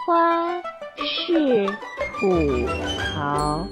花式吐槽。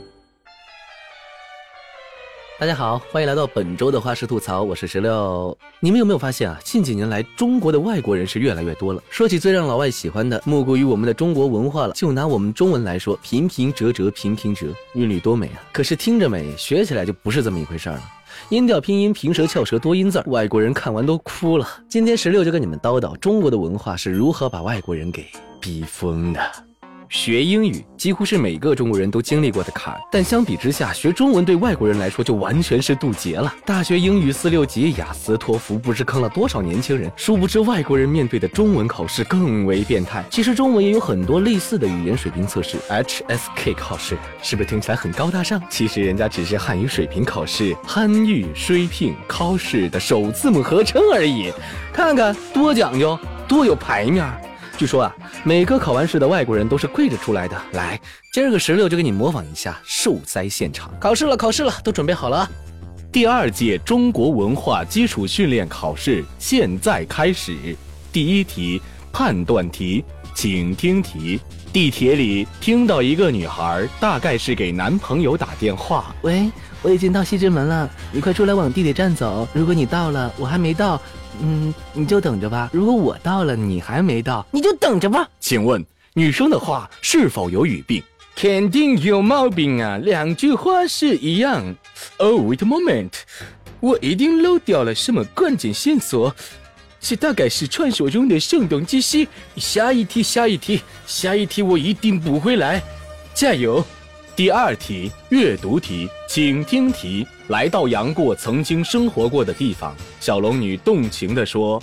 大家好，欢迎来到本周的花式吐槽，我是16。你们有没有发现啊，近几年来中国的外国人是越来越多了。说起最让老外喜欢的，莫过于我们的中国文化了。就拿我们中文来说，平平仄仄平平仄，韵律多美啊！可是听着美，学起来就不是这么一回事了。音调拼音平舌翘舌多音字，外国人看完都哭了。今天16就跟你们叨叨中国的文化是如何把外国人给逼疯的。学英语几乎是每个中国人都经历过的坎，但相比之下，学中文对外国人来说就完全是渡劫了。大学英语4、6级、雅思、托福不知坑了多少年轻人，殊不知外国人面对的中文考试更为变态。其实中文也有很多类似的语言水平测试 ，HSK 考试，是不是听起来很高大上？其实人家只是汉语水平考试、汉语水平考试的首字母合称而已。看看多讲究，多有排面。据说啊，每个考完试的外国人都是跪着出来的。来，今儿个16就给你模仿一下受灾现场。考试了，都准备好了啊！第2届中国文化基础训练考试现在开始。第1题，判断题，请听题。地铁里听到一个女孩，大概是给男朋友打电话。喂，我已经到西直门了，你快出来往地铁站走。如果你到了，我还没到，你就等着吧。如果我到了，你还没到，你就等着吧。请问女生的话是否有语病？肯定有毛病啊，2句话是一样。wait a moment， 我一定漏掉了什么关键线索。这大概是传说中的声东击西。下一题我一定不会来，加油！第2题，阅读题，请听题。来到杨过曾经生活过的地方，小龙女动情地说：“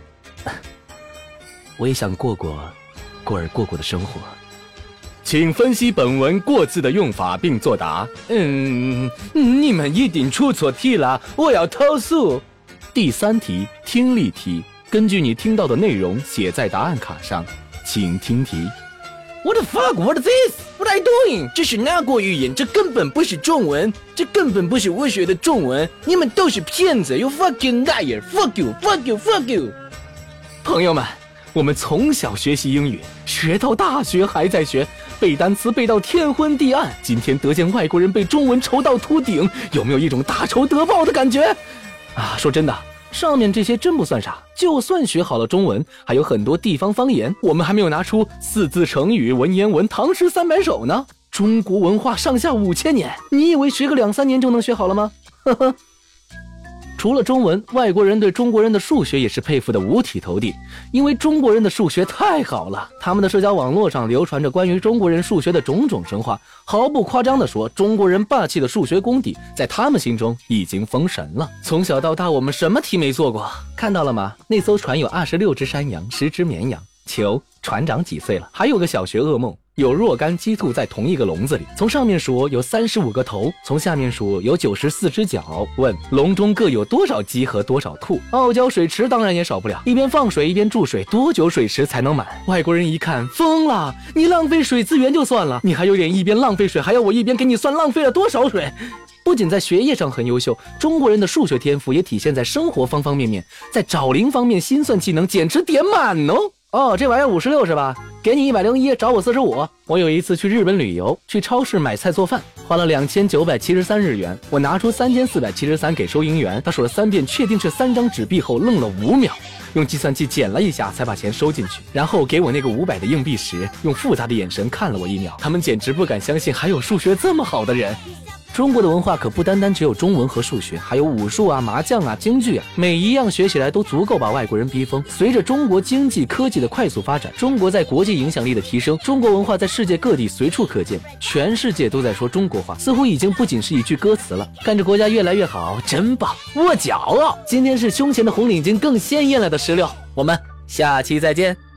我也想过的生活。”请分析本文过字的用法并作答。你们一定出错题了，我要投诉。第3题，听力题，根据你听到的内容写在答案卡上，请听题。 What the fuck? What is this? What are you doing? 这是哪国语言？这根本不是中文，这根本不是我学的中文。你们都是骗子 ！You fucking liar! Fuck you! Fuck you! Fuck you! 朋友们，我们从小学习英语，学到大学还在学，背单词背到天昏地暗。今天得见外国人被中文愁到秃顶，有没有一种大仇得报的感觉？啊，说真的。上面这些真不算啥，就算学好了中文，还有很多地方方言，我们还没有拿出4字成语、文言文、唐诗300首呢。中国文化上下5000年，你以为学个2、3年就能学好了吗？呵呵。除了中文，外国人对中国人的数学也是佩服的五体投地，因为中国人的数学太好了。他们的社交网络上流传着关于中国人数学的种种神话，毫不夸张地说，中国人霸气的数学功底在他们心中已经封神了。从小到大，我们什么题没做过？看到了吗？那艘船有26只山羊，10只绵羊。求船长几岁了？还有个小学噩梦，有若干鸡兔在同一个笼子里，从上面数有35个头，从下面数有94只脚。问笼中各有多少鸡和多少兔？傲娇水池当然也少不了，一边放水一边注水，多久水池才能满？外国人一看疯了，你浪费水资源就算了，你还有点一边浪费水还要我一边给你算浪费了多少水。不仅在学业上很优秀，中国人的数学天赋也体现在生活方方面面，在找零方面心算技能简直点满哦。这玩意儿56是吧？给你101，找我45。我有一次去日本旅游，去超市买菜做饭，花了2973日元。我拿出3473给收银员，他数了3遍，确定是3张纸币后，愣了5秒，用计算器减了一下，才把钱收进去。然后给我那个500的硬币时，用复杂的眼神看了我1秒。他们简直不敢相信还有数学这么好的人。中国的文化可不单单只有中文和数学，还有武术啊、麻将啊、京剧啊，每一样学起来都足够把外国人逼疯。随着中国经济科技的快速发展，中国在国际影响力的提升，中国文化在世界各地随处可见，全世界都在说中国话，似乎已经不仅是一句歌词了。看着国家越来越好，真棒，我骄傲。今天是胸前的红领巾更鲜艳了的16，我们下期再见。